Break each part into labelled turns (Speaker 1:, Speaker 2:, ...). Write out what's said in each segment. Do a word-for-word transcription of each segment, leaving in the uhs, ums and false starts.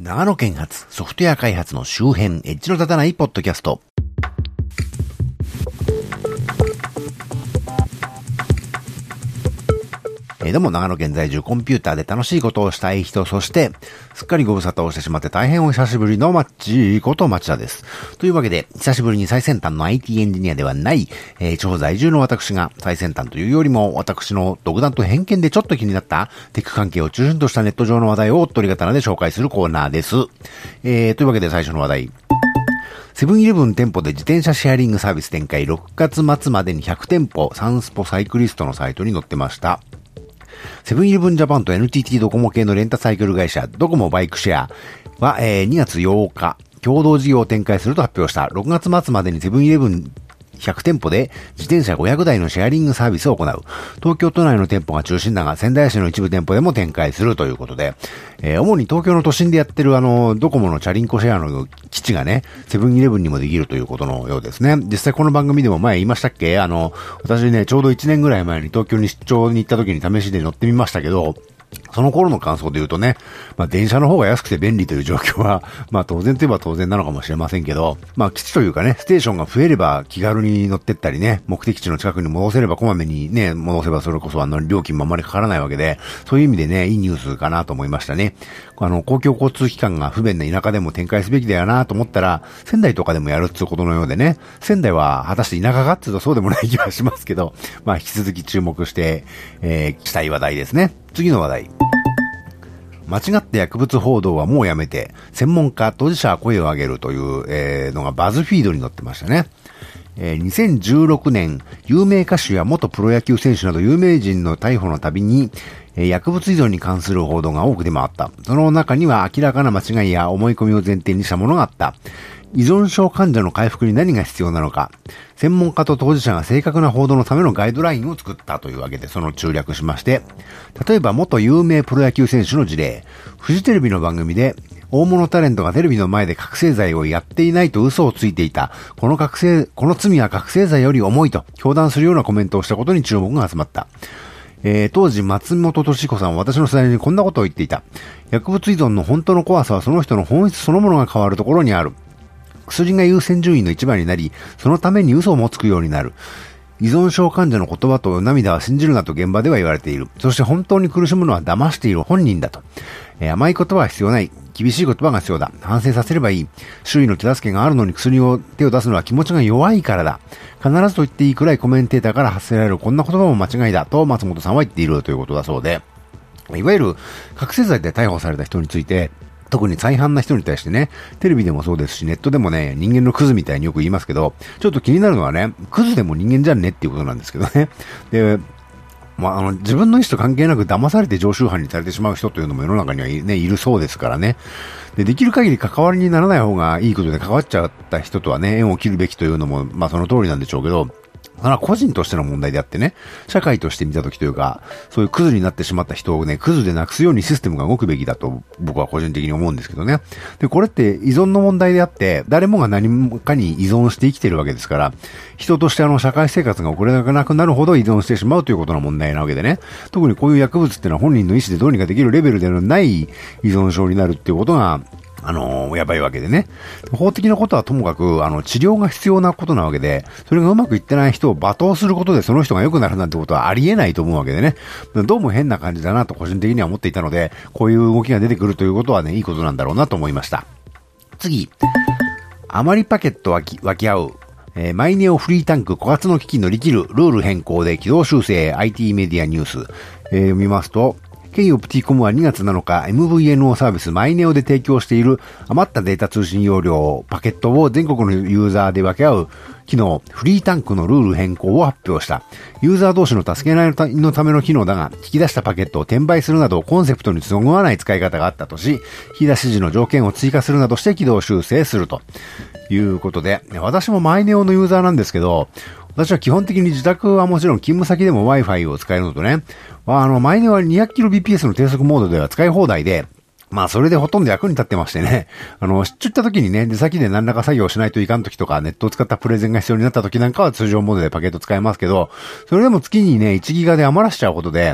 Speaker 1: 長野県発ソフトウェア開発の周辺エッジの立たないポッドキャスト。えー、どうも長野県在住コンピューターで楽しいことをしたい人、そしてすっかりご無沙汰をしてしまって大変お久しぶりのマッチこと町田です。というわけで久しぶりに最先端の アイティー エンジニアではない、えー、地方在住の私が最先端というよりも私の独断と偏見でちょっと気になったテック関係を中心としたネット上の話題を鳥刀で紹介するコーナーです。えー、というわけで最初の話題。セブンイレブン店舗で自転車シェアリングサービス展開、ろくがつ末までにひゃく店舗、サンスポサイクリストのサイトに載ってました。セブンイレブンジャパンと エヌティーティー ドコモ系のレンタサイクル会社ドコモバイクシェアは、えー、にがつようか共同事業を展開すると発表した。ろくがつ末までにセブンイレブンひゃく店舗で自転車ごひゃくだいのシェアリングサービスを行う。東京都内の店舗が中心だが仙台市の一部店舗でも展開するということで、えー、主に東京の都心でやってるあのドコモのチャリンコシェアの基地がねセブンイレブンにもできるということのようですね。実際この番組でも前言いましたっけ、あの私ねちょうどいちねんぐらい前に東京に出張に行った時に試しで乗ってみましたけど、その頃の感想で言うとね、まあ電車の方が安くて便利という状況は、まあ当然といえば当然なのかもしれませんけど、まあ基地というかね、ステーションが増えれば気軽に乗ってったりね、目的地の近くに戻せればこまめにね、戻せばそれこそあの料金もあんまりかからないわけで、そういう意味でね、いいニュースかなと思いましたね。あの、公共交通機関が不便な田舎でも展開すべきだよなと思ったら、仙台とかでもやるってことのようでね、仙台は果たして田舎かっていうとそうでもない気がしますけど、まあ引き続き注目して、えー、したい話題ですね。次の話題。間違った薬物報道はもうやめて、専門家、当事者は声を上げるという、えー、のがバズフィードに載ってましたね。えー、にせんじゅうろくねん、有名歌手や元プロ野球選手など有名人の逮捕のたびに、えー、薬物依存に関する報道が多く出回った。その中には明らかな間違いや思い込みを前提にしたものがあった。依存症患者の回復に何が必要なのか、専門家と当事者が正確な報道のためのガイドラインを作ったというわけで、その中略しまして、例えば元有名プロ野球選手の事例、フジテレビの番組で大物タレントがテレビの前で覚醒剤をやっていないと嘘をついていた。この覚醒、この罪は覚醒剤より重いと評断するようなコメントをしたことに注目が集まった。えー、当時松本敏彦さんは私の世代にこんなことを言っていた。薬物依存の本当の怖さはその人の本質そのものが変わるところにある。薬が優先順位の一番になり、そのために嘘もつくようになる。依存症患者の言葉と涙は信じるなと現場では言われている。そして本当に苦しむのは騙している本人だと。えー、甘い言葉は必要ない。厳しい言葉が必要だ。反省させればいい。周囲の手助けがあるのに薬を手を出すのは気持ちが弱いからだ。必ずと言っていいくらいコメンテーターから発せられるこんな言葉も間違いだと松本さんは言っているということだそうで、いわゆる覚醒剤で逮捕された人について、特に再犯な人に対してね、テレビでもそうですし、ネットでもね、人間のクズみたいによく言いますけど、ちょっと気になるのはね、クズでも人間じゃんねっていうことなんですけどね。で、まあ、あの、自分の意思と関係なく騙されて常習犯にされてしまう人というのも世の中にはね、いるそうですからね。で、できる限り関わりにならない方がいいことで関わっちゃった人とはね、縁を切るべきというのも、まあその通りなんでしょうけど、それは個人としての問題であってね、社会として見たときというか、そういうクズになってしまった人をね、クズでなくすようにシステムが動くべきだと僕は個人的に思うんですけどね。で、これって依存の問題であって、誰もが何かに依存して生きてるわけですから、人としてあの社会生活が送れなくなるほど依存してしまうということの問題なわけでね。特にこういう薬物っていうのは本人の意思でどうにかできるレベルでのない依存症になるっていうことが、あのー、やばいわけでね。法的なことはともかく、あの、治療が必要なことなわけで、それがうまくいってない人を罵倒することでその人が良くなるなんてことはありえないと思うわけでね。どうも変な感じだなと個人的には思っていたので、こういう動きが出てくるということはね、いいことなんだろうなと思いました。次。余りパケット分き、分け合う。えー、マイネオフリータンク枯渇の危機乗り切るルール変更で軌道修正 アイティー メディアニュース。えー、見ますと、ケイオプティコムはにがつなのか エムブイエヌオー サービスマイネオで提供している余ったデータ通信容量パケットを全国のユーザーで分け合う機能フリータンクのルール変更を発表した。ユーザー同士の助け合いのための機能だが、引き出したパケットを転売するなどコンセプトにそぐわない使い方があったとし、引き出し時の条件を追加するなどして軌道修正するということで、私もマイネオのユーザーなんですけど、私は基本的に自宅はもちろん勤務先でも Wi-Fi を使えるのとね、あの、マイネオは にひゃくキロビーピーエス の低速モードでは使い放題で、まあそれでほとんど役に立ってましてね。あの、出張行った時にね、出先で何らか作業しないといかん時とか、ネットを使ったプレゼンが必要になった時なんかは通常モードでパケット使えますけど、それでも月にね、いちギガで余らしちゃうことで、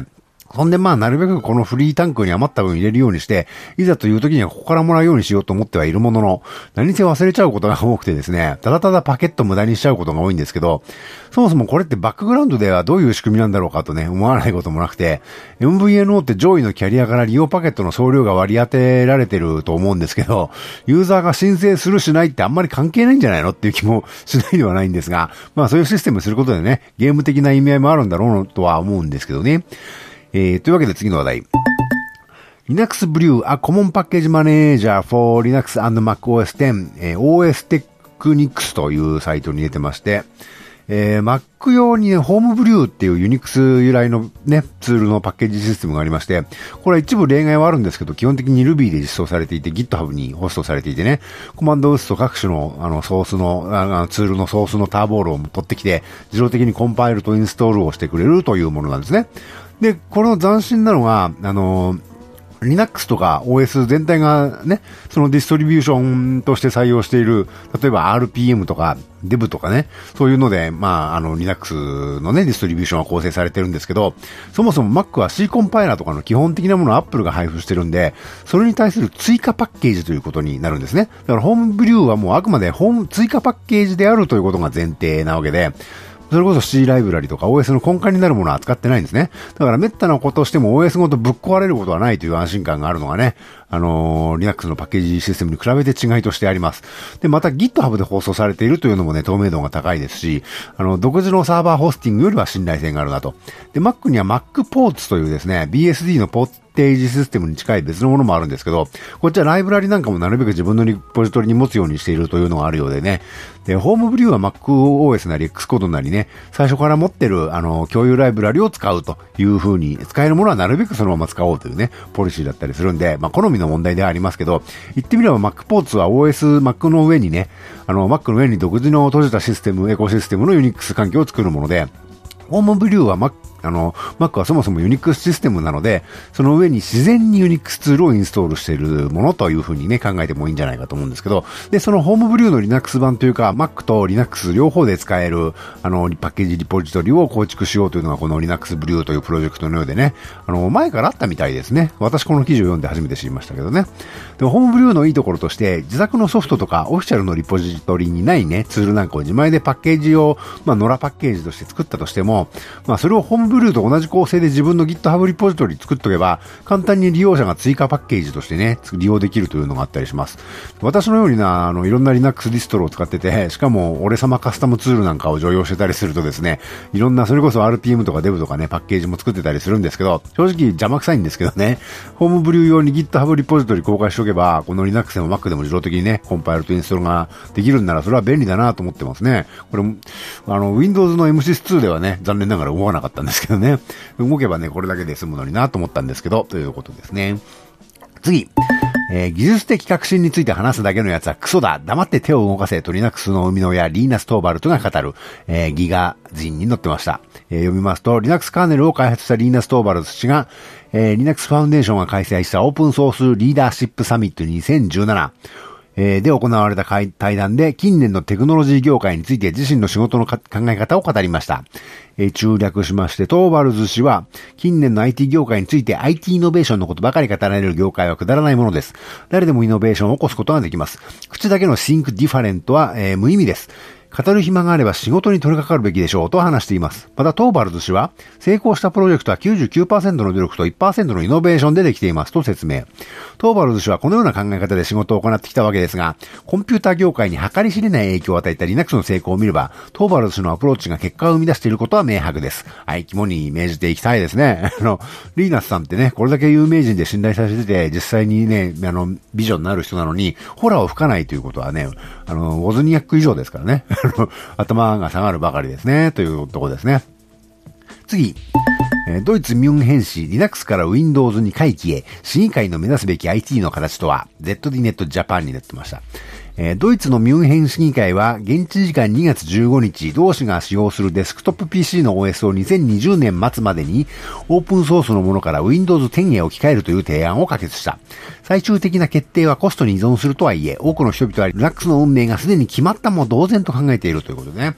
Speaker 1: そんでまあなるべくこのフリータンクに余った分入れるようにして、いざという時にはここからもらうようにしようと思ってはいるものの、何せ忘れちゃうことが多くてですね、ただただパケット無駄にしちゃうことが多いんですけど、そもそもこれってバックグラウンドではどういう仕組みなんだろうかとね、思わないこともなくて、エムブイエヌオー って上位のキャリアから利用パケットの総量が割り当てられてると思うんですけど、ユーザーが申請するしないってあんまり関係ないんじゃないのっていう気もしないではないんですが、まあそういうシステムすることでね、ゲーム的な意味合いもあるんだろうとは思うんですけどね。えー、というわけで次の話題。Linux Brew, a common package manager for Linux and macOS テン、えー、オーエス Technics というサイトに出てまして、えー、Mac 用にね、Homebrew っていう Unix 由来のね、ツールのパッケージシステムがありまして、これは一部例外はあるんですけど、基本的に Ruby で実装されていて、GitHub にホストされていてね、コマンドを打つと各種のあのソースの、あのツールのソースのターボールを取ってきて、自動的にコンパイルとインストールをしてくれるというものなんですね。で、これの斬新なのが、あのー、Linux とか オーエス 全体がね、そのディストリビューションとして採用している、例えば アールピーエム とか Dev とかね、そういうので、まあ、あの Linux のね、ディストリビューションは構成されてるんですけど、そもそも Mac は C コンパイラーとかの基本的なものを Apple が配布してるんで、それに対する追加パッケージということになるんですね。だからホームブリューはもうあくまでホーム追加パッケージであるということが前提なわけで、それこそ C ライブラリとか オーエス の根幹になるものは扱ってないんですね。だから滅多なことをしても オーエス ごとぶっ壊れることはないという安心感があるのがね、あのー、Linux のパッケージシステムに比べて違いとしてあります。で、また GitHub で放送されているというのもね、透明度が高いですし、あの、独自のサーバーホスティングよりは信頼性があるなと。で、Mac には MacPorts というですね、ビーエスディー のポーテージシステムに近い別のものもあるんですけど、こっちはライブラリなんかもなるべく自分のリポジトリに持つようにしているというのがあるようでね。で、ホームブリューは MacOS なり Xcode なりね、最初から持ってる、あの、共有ライブラリを使うという風に、使えるものはなるべくそのまま使おうというね、ポリシーだったりするんで、まあ、好みの問題ではありますけど、言ってみれば MacPorts は オーエス、Mac の上にね、あの、Mac の上に独自の閉じたシステム、エコシステムの Unix 環境を作るもので、ホームブリューは Mac、あの、Mac はそもそも Unix システムなので、その上に自然に Unix ツールをインストールしているものというふうにね、考えてもいいんじゃないかと思うんですけど、で、そのホームブリューの Linux 版というか、Mac と Linux 両方で使える、あの、パッケージリポジトリを構築しようというのがこの Linux Brew というプロジェクトのようでね、あの、前からあったみたいですね。私この記事を読んで初めて知りましたけどね。で、ホームブリューのいいところとして、自作のソフトとかオフィシャルのリポジトリにないね、ツールなんかを自前でパッケージを、まあ、ノラパッケージとして作ったとしても、まあ、それをホームブリューと同じ構成で自分の GitHub リポジトリ作っとけば、簡単に利用者が追加パッケージとしてね、利用できるというのがあったりします。私のようにな、あの、いろんな Linux ディストロを使ってて、しかも俺様カスタムツールなんかを常用してたりするとですね、いろんな、それこそ アールピーエム とか Dev とかね、パッケージも作ってたりするんですけど、正直邪魔くさいんですけどね、ホームブリュー用に GitHub リポジトリ公開しておけば、この Linux でも Mac でも自動的にね、コンパイルとインストールができるんなら、それは便利だなと思ってますね。これ、あの、Windows の エムシスツー ではね、残念ながら動かなかったんですけどね、動けばね、これだけで済むのになと思ったんですけど、ということですね。次。えー、技術的革新について話すだけのやつはクソだ。黙って手を動かせと Linux の生みの親リーナス・トーバルトが語る、えー、ギガ人に載ってました。えー、読みますと、Linux カーネルを開発したリーナス・トーバルト氏が、えー、Linux ファウンデーションが開催したオープンソースリーダーシップサミットにせんじゅうなな、えー、で行われた対談で近年のテクノロジー業界について自身の仕事の考え方を語りました。えー、中略しまして、トーバルズ氏は近年の アイティー 業界について アイティー イノベーションのことばかり語られる業界はくだらないものです。誰でもイノベーションを起こすことができます。口だけの Think Different は、えー、無意味です。語る暇があれば仕事に取り掛かるべきでしょうと話しています。またトーバルズ氏は、成功したプロジェクトは きゅうじゅうきゅうパーセント の努力と いちパーセント のイノベーションでできていますと説明。トーバルズ氏はこのような考え方で仕事を行ってきたわけですが、コンピューター業界に計り知れない影響を与えた Linux の成功を見れば、トーバルズ氏のアプローチが結果を生み出していることは明白です。はい、肝に銘じていきたいですね。あの、リーナスさんってね、これだけ有名人で信頼されてて、実際にね、あの、ビジョンのある人なのに、ホラーを吹かないということはね、あの、ウォズニアック以上ですからね。頭が下がるばかりですね。というところですね。次。ドイツミュンヘン市 Linux から Windows に回帰へ市議会の目指すべき アイティー の形とは ゼットディーネット Japan になってました。ドイツのミュンヘン市議会は現地時間にがつじゅうごにち同市が使用するデスクトップ ピーシー の オーエス をにせんにじゅうねん末までにオープンソースのものから Windows テンへ置き換えるという提案を可決した。最終的な決定はコストに依存するとはいえ、多くの人々は Linux の運命がすでに決まったも同然と考えているということでね。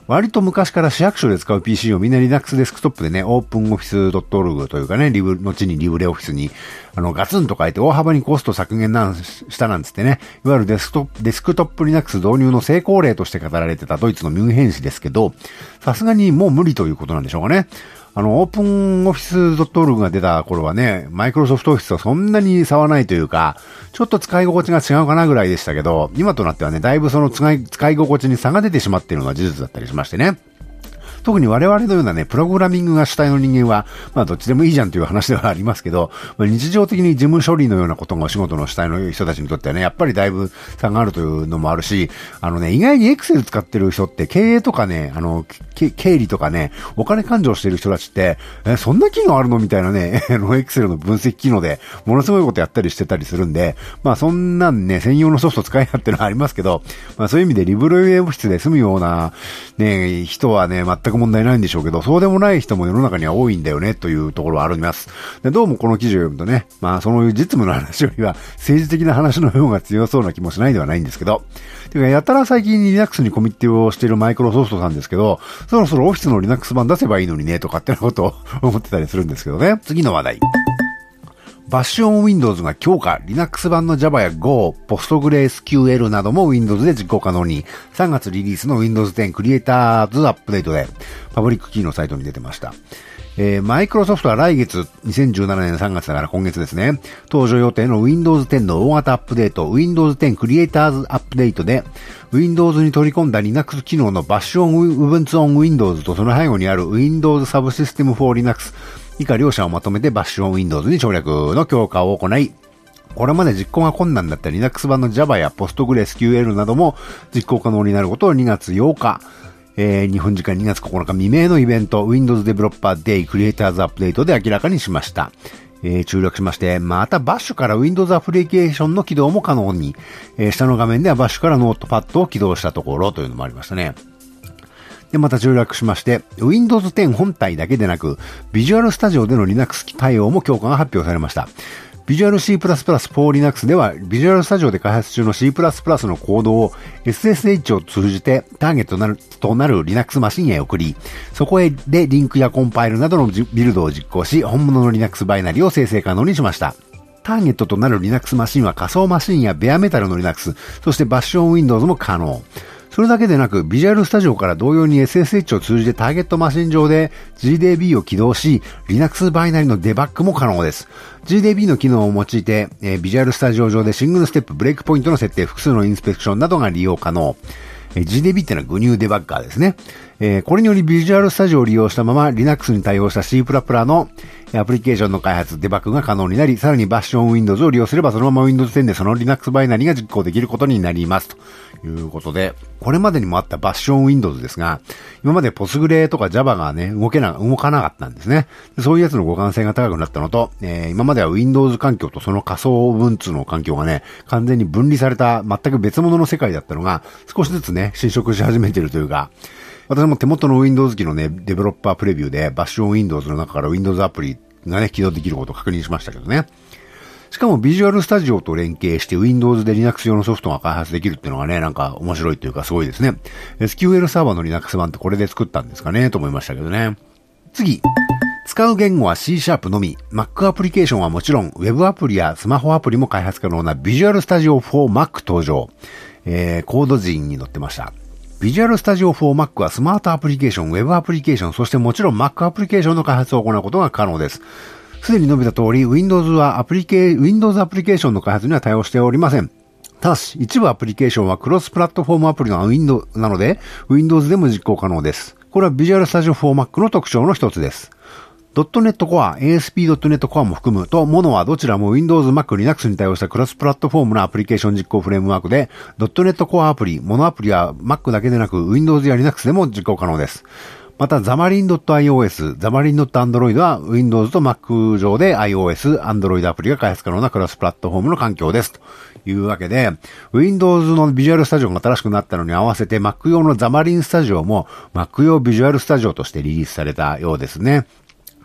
Speaker 1: 割と昔から市役所で使う ピーシー をみんな Linux デスクトップでね、OpenOffice.org というかね、リブ、後にリブレオフィスに、あの、ガツンと書いて大幅にコスト削減なんしたなんつってね、いわゆるデスクトップ、デスクトップ Linux 導入の成功例として語られてたドイツのミュンヘン市ですけど、さすがにもう無理ということなんでしょうかね。あの、OpenOffice.org が出た頃はね、マイクロソフトオフィスとそんなに差はないというか、ちょっと使い心地が違うかなぐらいでしたけど、今となってはね、だいぶその使い、使い心地に差が出てしまっているのが事実だったりしましてね。特に我々のようなね、プログラミングが主体の人間は、まあどっちでもいいじゃんという話ではありますけど、まあ、日常的に事務処理のようなことがお仕事の主体の人たちにとってはね、やっぱりだいぶ差があるというのもあるし、あのね、意外に Excel 使ってる人って経営とかね、あの、経理とかね、お金勘定してる人たちって、え、そんな機能あるのみたいなね、あの、Excel の分析機能で、ものすごいことやったりしてたりするんで、まあそんなんね、専用のソフト使いなっていうのはありますけど、まあそういう意味でリブレオフィスで済むような、ね、人はね、全く問題ないんでしょうけど、そうでもない人も世の中には多いんだよね、というところはあります。で、どうもこの記事を読むとね、まあその実務の話よりは、政治的な話の方が強そうな気もしないではないんですけど、ていうか、やたら最近 Linux にコミットをしているマイクロソフトさんですけど、そろそろオフィスの Linux 版出せばいいのにね、とかってなことを思ってたりするんですけどね。次の話題。バッシュオン Windows が強化、Linux 版の Java や Go、PostgreSQL なども Windows で実行可能に、さんがつリリースの Windows テン Creators アップデートで、パブリックキーのサイトに出てました。えー、マイクロソフトは来月、にせんじゅうななねんさんがつだから今月ですね、登場予定の Windows テンの大型アップデート、Windows テン Creators アップデートで、Windows に取り込んだ Linux 機能のバッシュオン Ubuntu on Windows とその背後にある Windows Subsystem for Linux、以下両者をまとめてバッシュオン Windows に省略の強化を行い、これまで実行が困難だった Linux 版の Java や PostgreSQL なども実行可能になることをにがつようか、えー、日本時間にがつここのか未明のイベント Windows Developer Day Creators Update で明らかにしました。えー、注力しまして、またバッシュから Windows アプリケーションの起動も可能に、えー、下の画面ではバッシュからノートパッドを起動したところというのもありましたね。で、また注力しまして、Windows テン本体だけでなく、Visual Studio での Linux 対応も強化が発表されました。Visual C++ for Linux では、Visual Studio で開発中の C++ のコードを エスエスエイチ を通じてターゲットとなる、となる Linux マシンへ送り、そこへでリンクやコンパイルなどのビルドを実行し、本物の Linux バイナリを生成可能にしました。ターゲットとなる Linux マシンは仮想マシンやベアメタルの Linux、そしてバッシュオン Windows も可能。それだけでなく、ビジュアルスタジオから同様に エスエスエイチ を通じてターゲットマシン上で ジーディービー を起動し、Linux バイナリのデバッグも可能です。ジーディービー の機能を用いて、えー、ビジュアルスタジオ上でシングルステップ、ブレイクポイントの設定、複数のインスペクションなどが利用可能。えー、ジーディービー ってのはグニューデバッガーですね。えー、これによりビジュアルスタジオを利用したまま Linux に対応した C++ のアプリケーションの開発、デバッグが可能になり、さらにバッシュオン Windows を利用すればそのまま Windows テンでその Linux バイナリが実行できることになります。ということで、これまでにもあったバッシュオン Windows ですが、今まで Postgre とか Java がね、動けな、動かなかったんですね。そういうやつの互換性が高くなったのと、えー、今までは Windows 環境とその仮想 Ubuntu の環境がね、完全に分離された全く別物の世界だったのが、少しずつね、侵食し始めているというか、私も手元の Windows 機のね、デベロッパープレビューで、バッシュオン Windows の中から Windows アプリがね、起動できることを確認しましたけどね。しかも Visual Studio と連携して Windows で Linux 用のソフトが開発できるっていうのがね、なんか面白いというかすごいですね。エスキューエル サーバーの Linux 版ってこれで作ったんですかねと思いましたけどね。次。使う言語は C シャープのみ。Mac アプリケーションはもちろん、Web アプリやスマホアプリも開発可能な Visual Studio for Mac 登場。えー、コード陣に載ってました。Visual Studio for Mac はスマートアプリケーション、Web アプリケーション、そしてもちろん Mac アプリケーションの開発を行うことが可能です。すでに述べた通り、Windows はアプリケ、Windows アプリケーションの開発には対応しておりません。ただし、一部アプリケーションはクロスプラットフォームアプリの Windows なので、Windows でも実行可能です。これは Visual Studio for Mac の特徴の一つです。ドットネット Core、エーエスピードットネット Core も含むと、モノはどちらも Windows、Mac、Linux に対応したクロスプラットフォームのアプリケーション実行フレームワークで、ドットネット Core アプリ、モノアプリは Mac だけでなく Windows や Linux でも実行可能です。また、ザマリン .iOS、ザマリン .android は Windows と Mac 上で iOS、Android アプリが開発可能なクロスプラットフォームの環境です。というわけで、Windows の Visual Studio が新しくなったのに合わせて Mac 用のザマリン Studio も Mac 用 Visual Studio としてリリースされたようですね。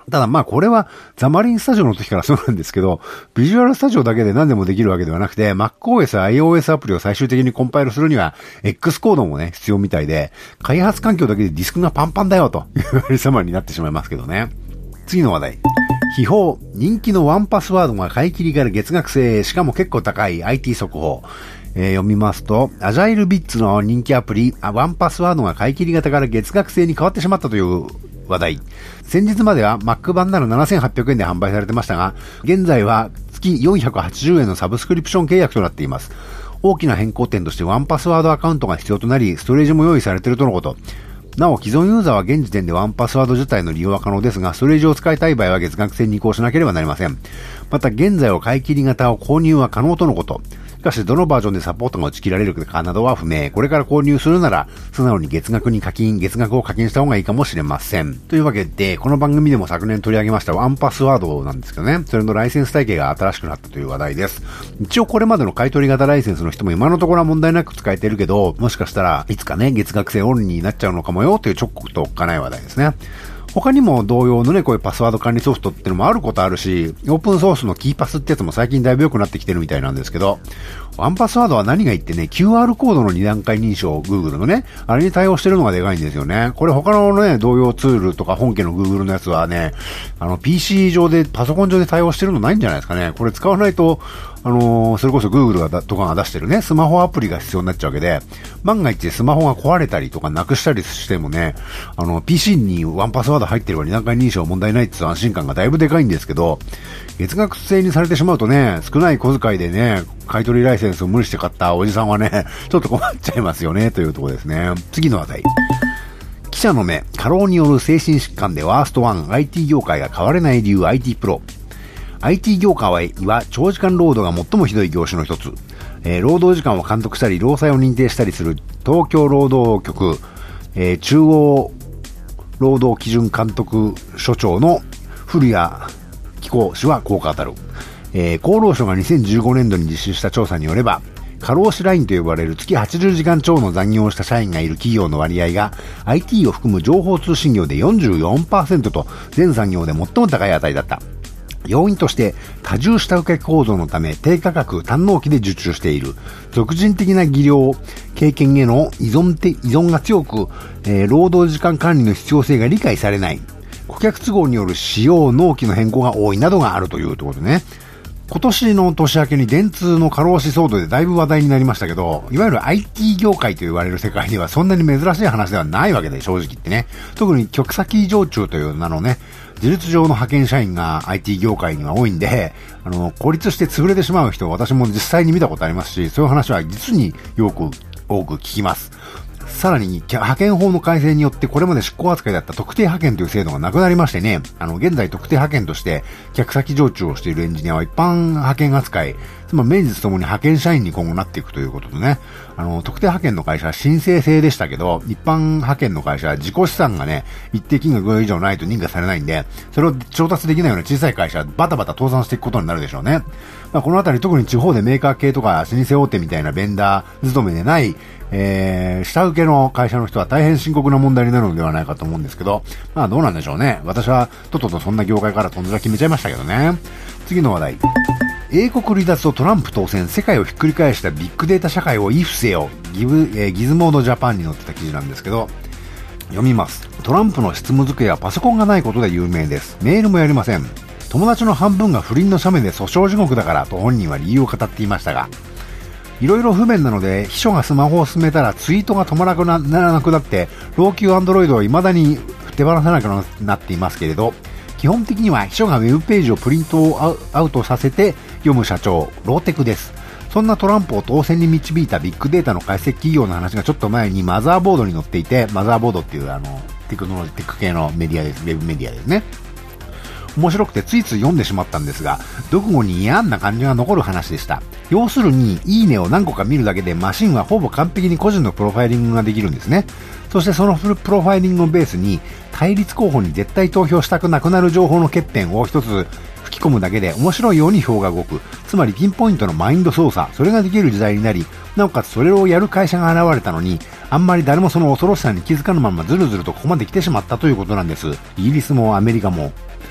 Speaker 1: ただまあこれはザマリンスタジオの時からそうなんですけど、ビジュアルスタジオだけで何でもできるわけではなくて、MacOS、iOS アプリを最終的にコンパイルするには X コードもね、必要みたいで、開発環境だけでディスクがパンパンだよというありさまになってしまいますけどね。次の話題。秘宝、人気のワンパスワードが買い切りから月額制、しかも結構高い アイティー 速報。えー、読みますと、アジャイルビッツの人気アプリ、ワンパスワードが買い切り型から月額制に変わってしまったという話題。先日までは Mac 版ならななせんはっぴゃくえんで販売されてましたが、現在は月よんひゃくはちじゅうえんのサブスクリプション契約となっています。大きな変更点としてワンパスワードアカウントが必要となり、ストレージも用意されているとのこと。なお、既存ユーザーは現時点でワンパスワード自体の利用は可能ですが、ストレージを使いたい場合は月額制に移行しなければなりません。また、現在は買い切り型を購入は可能とのこと。しかし、どのバージョンでサポートが打ち切られるかなどは不明。これから購入するなら、素直に月額に課金、月額を課金した方がいいかもしれません。というわけで、この番組でも昨年取り上げましたワンパスワードなんですけどね。それのライセンス体系が新しくなったという話題です。一応これまでの買い取り型ライセンスの人も今のところは問題なく使えてるけど、もしかしたらいつかね、月額制オンリーになっちゃうのかもよというちょっとおっかない話題ですね。他にも同様のね、こういうパスワード管理ソフトっていうのもあることあるし、オープンソースのキーパスってやつも最近だいぶ良くなってきてるみたいなんですけど、ワンパスワードは何が言ってね、キューアール コードのに段階認証、Google のね、あれに対応してるのがでかいんですよね。これ他のね、同様ツールとか本家の Google のやつはね、あの ピーシー 上で、パソコン上で対応してるのないんじゃないですかね。これ使わないと、あのー、それこそ Google がだとかが出してるね、スマホアプリが必要になっちゃうわけで、万が一スマホが壊れたりとかなくしたりしてもね、あの、ピーシー にワンパスワード入ってればに段階認証問題ないっていう安心感がだいぶでかいんですけど、月額制にされてしまうとね、少ない小遣いでね、買い取りライセンスを無理して買ったおじさんはね、ちょっと困っちゃいますよね、というところですね。次の話題。記者の目、過労による精神疾患でワーストワン、アイティー 業界が変われない理由 アイティー プロ。アイティー 業界は長時間労働が最もひどい業種の一つ。えー、労働時間を監督したり、労災を認定したりする東京労働局、えー、中央労働基準監督所長の古谷紀子氏はこう語る。えー、厚労省がにせんじゅうごねんどに実施した調査によれば、過労死ラインと呼ばれる月はちじゅうじかん超の残業をした社員がいる企業の割合が アイティー を含む情報通信業で よんじゅうよんパーセント と全産業で最も高い値だった。要因として多重下請け構造のため低価格単納期で受注している俗人的な技量経験への依存的依存が強く、えー、労働時間管理の必要性が理解されない顧客都合による使用納期の変更が多いなどがあるというところでね。今年の年明けに電通の過労死騒動でだいぶ話題になりましたけど、いわゆる アイティー 業界と言われる世界ではそんなに珍しい話ではないわけで、正直言ってね。特に局先常駐という名のね、事実上の派遣社員が アイティー 業界には多いんで、あの、孤立して潰れてしまう人を私も実際に見たことありますし、そういう話は実によく多く聞きます。さらに派遣法の改正によってこれまで執行扱いだった特定派遣という制度がなくなりましてね、あの現在特定派遣として客先常駐をしているエンジニアは一般派遣扱い、つまり名実ともに派遣社員に今後なっていくということでね、あの特定派遣の会社は申請制でしたけど、一般派遣の会社は自己資産がね一定金額以上ないと認可されないんで、それを調達できないような小さい会社はバタバタ倒産していくことになるでしょうね。まあ、このあたり特に地方でメーカー系とか老舗大手みたいなベンダー勤めでないえー、下請けの会社の人は大変深刻な問題になるのではないかと思うんですけど、まあどうなんでしょうね。私はとっととそんな業界からとんずら決めちゃいましたけどね。次の話題。英国離脱とトランプ当選、世界をひっくり返したビッグデータ社会をイフせよ。ギブ、えー、ギズモードジャパンに載ってた記事なんですけど、読みます。トランプの執務机はパソコンがないことで有名です。メールもやりません。友達の半分が不倫の斜面で訴訟地獄だからと本人は理由を語っていましたが、いろいろ不便なので秘書がスマホを進めたらツイートが止まらなくなって老朽アンドロイドを未だに手放さなくなっていますけれど、基本的には秘書がウェブページをプリントアウトさせて読む社長、ローテクです。そんなトランプを当選に導いたビッグデータの解析企業の話がちょっと前にマザーボードに載っていて、マザーボードっていうあのテクノロジーテック系のメディアです。ウェブメディアですね。面白くてついつい読んでしまったんですが、読後に嫌な感じが残る話でした。要するに、いいねを何個か見るだけでマシンはほぼ完璧に個人のプロファイリングができるんですね。そしてそのプロファイリングをベースに、対立候補に絶対投票したくなくなる情報の欠点を一つ吹き込むだけで面白いように票が動く。つまりピンポイントのマインド操作、それができる時代になり、なおかつそれをやる会社が現れたのに、あんまり誰もその恐ろしさに気づかぬままずるずるとここまで来てしまったということなんです。イギリスもアメリカも。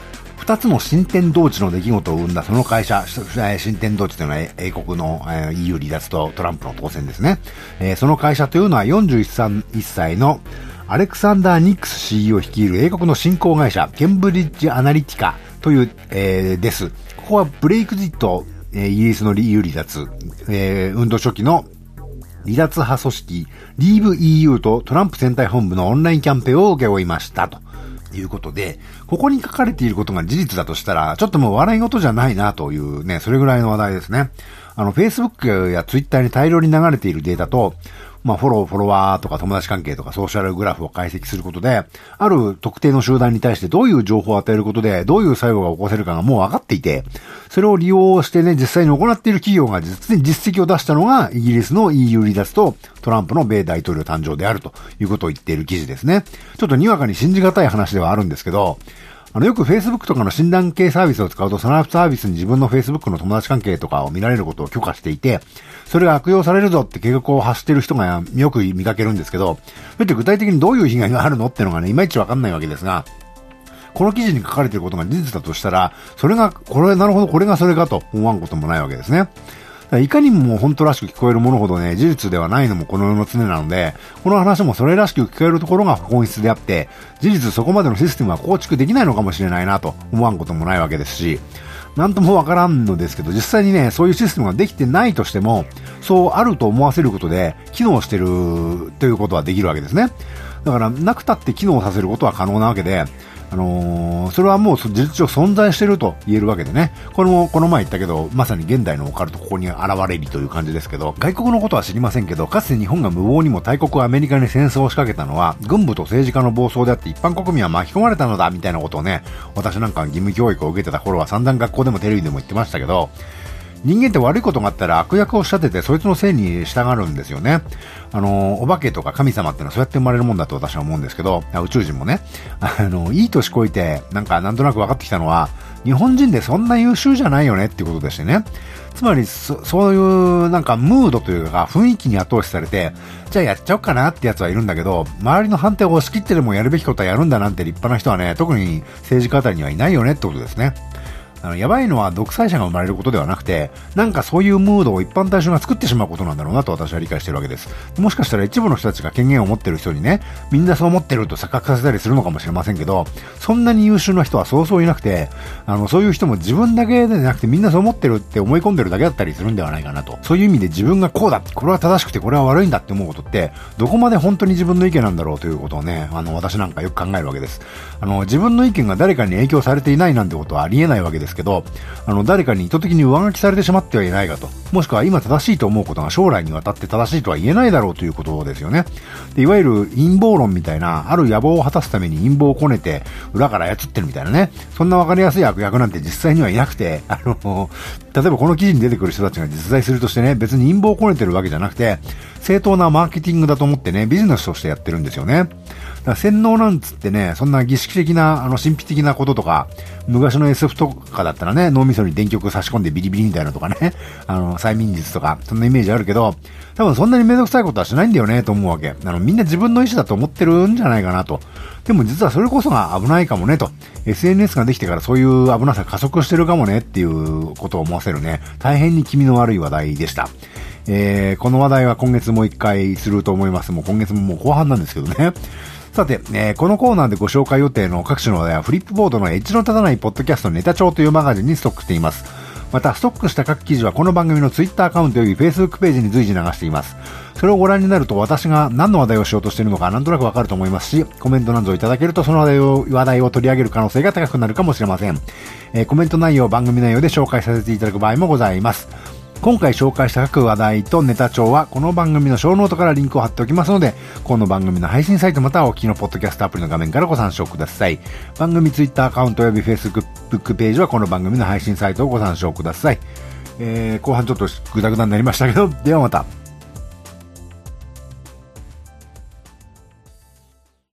Speaker 1: 二つの新天同地の出来事を生んだその会社、新天同地というのは英国の イーユー 離脱とトランプの当選ですね。えー、その会社というのはよんじゅういっさいのアレクサンダー・ニックス シーイーオー 率いる英国の新興会社、ケンブリッジ・アナリティカという、えー、です。ここはブレイクジット、えー、イギリスの イーユー 離脱、えー、運動初期の離脱派組織 Leave イーユー とトランプ選対本部のオンラインキャンペーンを請け負いましたということで、ここに書かれていることが事実だとしたら、ちょっともう笑い事じゃないなというね、それぐらいの話題ですね。あの、Facebook や Twitter に大量に流れているデータと、まあ、フォロー、フォロワーとか友達関係とかソーシャルグラフを解析することで、ある特定の集団に対してどういう情報を与えることで、どういう作用が起こせるかがもう分かっていて、それを利用してね、実際に行っている企業が実に実績を出したのが、イギリスの イーユー 離脱とトランプの米大統領誕生であるということを言っている記事ですね。ちょっとにわかに信じがたい話ではあるんですけど、あの、よく Facebook とかの診断系サービスを使うと、そのサービスに自分の Facebook の友達関係とかを見られることを許可していて、それが悪用されるぞって計画を発している人がよく見かけるんですけど、それって具体的にどういう被害があるのってのがね、いまいちわかんないわけですが、この記事に書かれていることが事実だとしたら、それが、これ、なるほど、これがそれかと思わんこともないわけですね。いかにも本当らしく聞こえるものほどね、事実ではないのもこの世の常なので、この話もそれらしく聞こえるところが本質であって、事実そこまでのシステムは構築できないのかもしれないなと思わんこともないわけですし、なんともわからんのですけど、実際にね、そういうシステムができてないとしても、そうあると思わせることで、機能してるということはできるわけですね。だから、なくたって機能させることは可能なわけで、あのー、それはもう事実上存在してると言えるわけでね。これもこの前言ったけど、まさに現代のオカルトここに現れるという感じですけど、外国のことは知りませんけど、かつて日本が無謀にも大国アメリカに戦争を仕掛けたのは、軍部と政治家の暴走であって一般国民は巻き込まれたのだ、みたいなことをね、私なんか義務教育を受けてた頃は散々学校でもテレビでも言ってましたけど、人間って悪いことがあったら悪役を仕立ててそいつのせいに従うんですよね。あの、お化けとか神様ってのはそうやって生まれるもんだと私は思うんですけど、宇宙人もね、あの、いい年こいて、なんかなんとなく分かってきたのは、日本人でそんな優秀じゃないよねっていうことでしてね。つまりそ、そういうなんかムードというか雰囲気に後押しされて、じゃあやっちゃおうかなってやつはいるんだけど、周りの反対を押し切ってでもやるべきことはやるんだなんて立派な人はね、特に政治家あたりにはいないよねってことですね。あの、やばいのは独裁者が生まれることではなくて、なんかそういうムードを一般大衆が作ってしまうことなんだろうなと私は理解しているわけです。もしかしたら一部の人たちが権限を持っている人にね、みんなそう思ってると錯覚させたりするのかもしれませんけど、そんなに優秀な人はそうそういなくて、あの、そういう人も自分だけでなくてみんなそう思ってるって思い込んでるだけだったりするんではないかなと。そういう意味で自分がこうだ、これは正しくてこれは悪いんだって思うことって、どこまで本当に自分の意見なんだろうということをね、あの、私なんかよく考えるわけです。あの、自分の意見が誰かに影響されていないなんてことはありえないわけですけど、あの、誰かに意図的に上書きされてしまってはいないかと。もしくは今正しいと思うことが将来にわたって正しいとは言えないだろうということですよね。で、いわゆる陰謀論みたいな、ある野望を果たすために陰謀をこねて、裏から操ってるみたいなね。そんなわかりやすい悪役なんて実際にはいなくて、あの、例えばこの記事に出てくる人たちが実在するとしてね、別に陰謀をこねてるわけじゃなくて、正当なマーケティングだと思ってね、ビジネスとしてやってるんですよね。だから洗脳なんつってね、そんな儀式的な、あの、神秘的なこととか、昔の エスエフ とかだったらね、脳みそに電極差し込んでビリビリみたいなとかね、あの、催眠術とか、そんなイメージあるけど、多分そんなにめんどくさいことはしないんだよね、と思うわけ。あの、みんな自分の意思だと思ってるんじゃないかなと。でも実はそれこそが危ないかもね、と。エスエヌエス ができてからそういう危なさ加速してるかもね、っていうことを思わせるね、大変に気味の悪い話題でした。えー、この話題は今月もう一回すると思います。もう今月ももう後半なんですけどね。さて、えー、このコーナーでご紹介予定の各種の話題はフリップボードのエッジの立たないポッドキャストネタ帳というマガジンにストックしています。また、ストックした各記事はこの番組のツイッターアカウントより Facebook ページに随時流しています。それをご覧になると私が何の話題をしようとしているのかなんとなくわかると思いますし、コメントなどをいただけるとその話題を、話題を取り上げる可能性が高くなるかもしれません。えー、コメント内容、番組内容で紹介させていただく場合もございます。今回紹介した各話題とネタ帳はこの番組のショーノートからリンクを貼っておきますので、この番組の配信サイトまたはお聞きのポッドキャストアプリの画面からご参照ください。番組ツイッターアカウントおよび Facebook ページはこの番組の配信サイトをご参照ください。えー、後半ちょっとグダグダになりましたけど、ではまた。